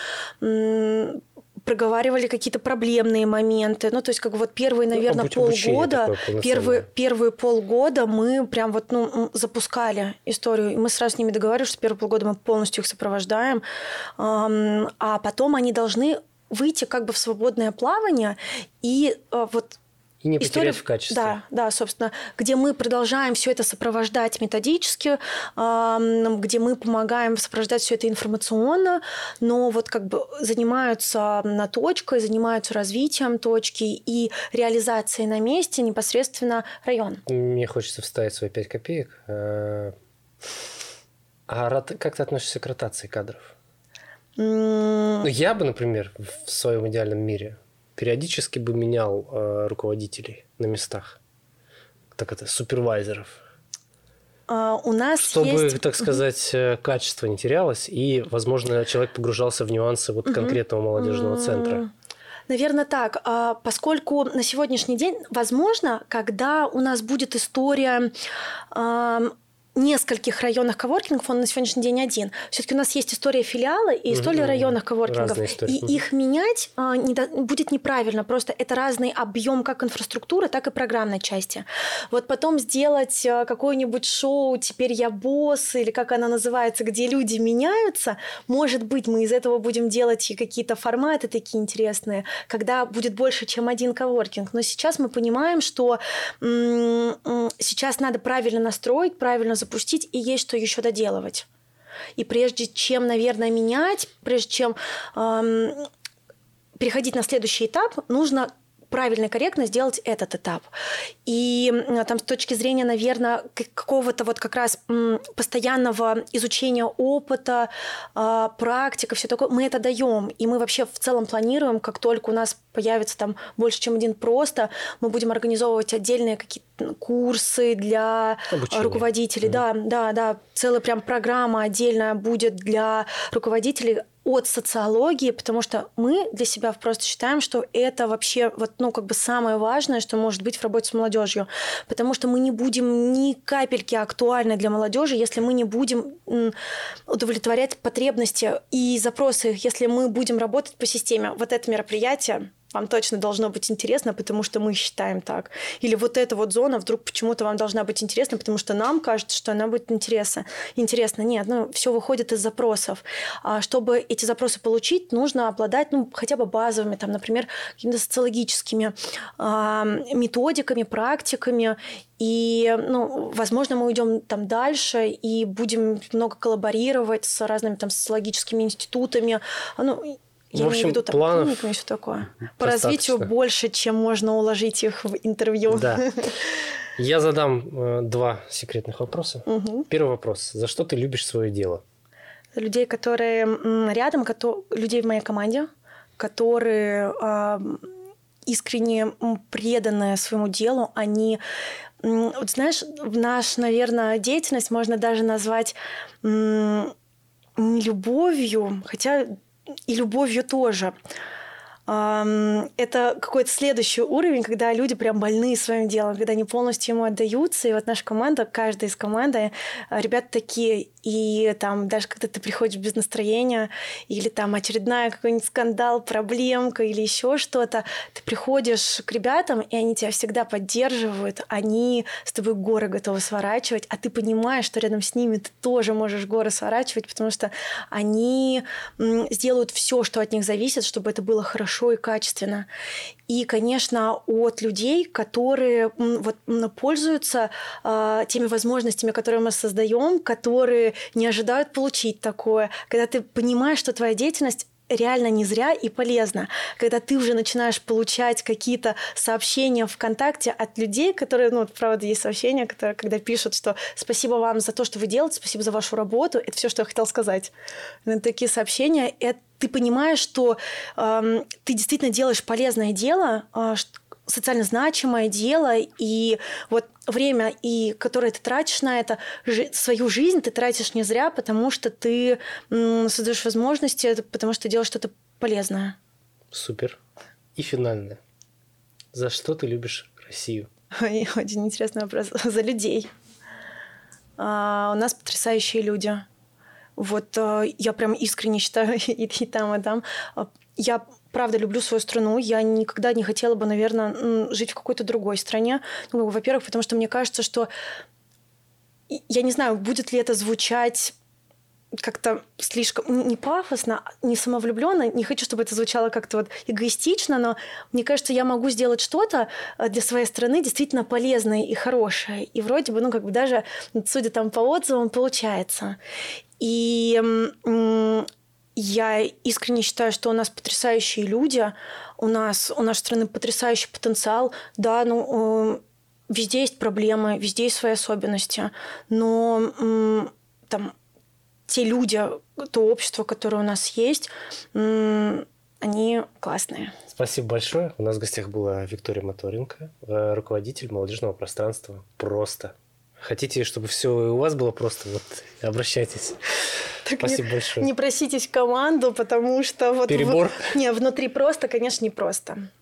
проговаривали какие-то проблемные моменты. Ну, то есть, как бы вот первые, наверное, ну, полгода, первые, первые полгода мы прям вот, ну, запускали историю. И мы сразу с ними договаривались, что первые полгода мы полностью их сопровождаем. А потом они должны выйти как бы в свободное плавание и вот... И не потерять в качестве. Да, да, собственно, где мы продолжаем все это сопровождать методически, где мы помогаем сопровождать все это информационно, но вот как бы занимаются на точкой, занимаются развитием точки и реализацией на месте непосредственно район. Мне хочется вставить свои пять копеек. А как ты относишься к ротации кадров? Mm. Ну, я бы, например, в своем идеальном мире периодически бы менял э, руководителей на местах. Так это, супервайзеров. у нас Чтобы, есть... так сказать, качество не терялось, и, возможно, человек погружался в нюансы вот конкретного молодежного центра. Наверное, так. Поскольку на сегодняшний день, возможно, когда у нас будет история нескольких районных коворкингов, он на сегодняшний день один. Все-таки у нас есть история филиала и история mm-hmm. районных коворкингов. И их менять а, не до... будет неправильно. Просто это разный объем как инфраструктуры, так и программной части. Вот потом сделать какое-нибудь шоу «Теперь я босс» или как она называется, где люди меняются, может быть, мы из этого будем делать и какие-то форматы такие интересные, когда будет больше, чем один коворкинг. Но сейчас мы понимаем, что м- м- сейчас надо правильно настроить, правильно запустить, запустить, и есть что еще доделывать. И прежде чем, наверное, менять, прежде чем эм, переходить на следующий этап, нужно правильно и корректно сделать этот этап. И там с точки зрения, наверное, какого-то вот как раз постоянного изучения опыта, практика, все такое, мы это даем. И мы вообще в целом планируем, как только у нас появится там больше, чем один просто, мы будем организовывать отдельные какие-то курсы для обучение. Руководителей. Mm-hmm. Да, да, да. Целая прям программа отдельная будет для руководителей от социологии, потому что мы для себя просто считаем, что это вообще вот, ну, как бы самое важное, что может быть в работе с молодежью. Потому что мы не будем ни капельки актуальны для молодежи, если мы не будем удовлетворять потребности и запросы, если мы будем работать по системе. Вот это мероприятие вам точно должно быть интересно, потому что мы считаем так. Или вот эта вот зона вдруг почему-то вам должна быть интересна, потому что нам кажется, что она будет интересна. Интересно. Нет, ну, все выходит из запросов. А чтобы эти запросы получить, нужно обладать, ну, хотя бы базовыми, там, например, какими-то социологическими а, методиками, практиками. И, ну, возможно, мы уйдем там дальше и будем много коллаборировать с разными там социологическими институтами. Ну, я в общем, имею в виду там клиниками и все такое. По развитию больше, чем можно уложить их в интервью. Да. Я задам э, два секретных вопроса. Угу. Первый вопрос. За что ты любишь свое дело? За людей, которые рядом, которые, людей в моей команде, которые э, искренне преданы своему делу. Они, вот знаешь, нашу, наверное, деятельность можно даже назвать м, не любовью, хотя... и любовью тоже. Это какой-то следующий уровень, когда люди прям больны своим делом, когда они полностью ему отдаются. И вот наша команда, каждая из команды, ребята такие, и там даже когда ты приходишь без настроения, или там очередная какой-нибудь скандал, проблемка или еще что-то, ты приходишь к ребятам, и они тебя всегда поддерживают, они с тобой горы готовы сворачивать, а ты понимаешь, что рядом с ними ты тоже можешь горы сворачивать, потому что они сделают все, что от них зависит, чтобы это было хорошо и качественно. И, конечно, от людей, которые вот, пользуются э, теми возможностями, которые мы создаем, которые не ожидают получить такое, когда ты понимаешь, что твоя деятельность реально не зря и полезно. Когда ты уже начинаешь получать какие-то сообщения ВКонтакте от людей, которые, ну, правда, есть сообщения, которые, когда пишут, что спасибо вам за то, что вы делаете, спасибо за вашу работу, это все, что я хотела сказать. Но такие сообщения, это ты понимаешь, что э, ты действительно делаешь полезное дело, э, социально значимое дело, и вот время, и, которое ты тратишь на это, жи- свою жизнь ты тратишь не зря, потому что ты м, создаешь возможности, потому что ты делаешь что-то полезное. Супер. И финальное. За что ты любишь Россию? Очень интересный вопрос. За людей. А, у нас потрясающие люди. Вот я прям искренне считаю и, и там, и там. Я правда люблю свою страну. Я никогда не хотела бы, наверное, жить в какой-то другой стране. Ну, во-первых, потому что мне кажется, что... Я не знаю, будет ли это звучать как-то слишком... Не пафосно, не самовлюбленно. Не хочу, чтобы это звучало как-то вот эгоистично, но мне кажется, я могу сделать что-то для своей страны действительно полезное и хорошее. И вроде бы, ну, как бы даже, судя там по отзывам, получается. И м- я искренне считаю, что у нас потрясающие люди, у нас, у нашей страны потрясающий потенциал. Да, ну, э- везде есть проблемы, везде есть свои особенности, но м- там те люди, то общество, которое у нас есть, м- они классные. Спасибо большое. У нас в гостях была Виктория Моторенко, руководитель молодежного пространства «Просто». Хотите, чтобы все у вас было просто, вот обращайтесь. Так Спасибо не, большое. Не проситесь в команду, потому что вот... Перебор? В... Не, внутри просто, конечно, не просто.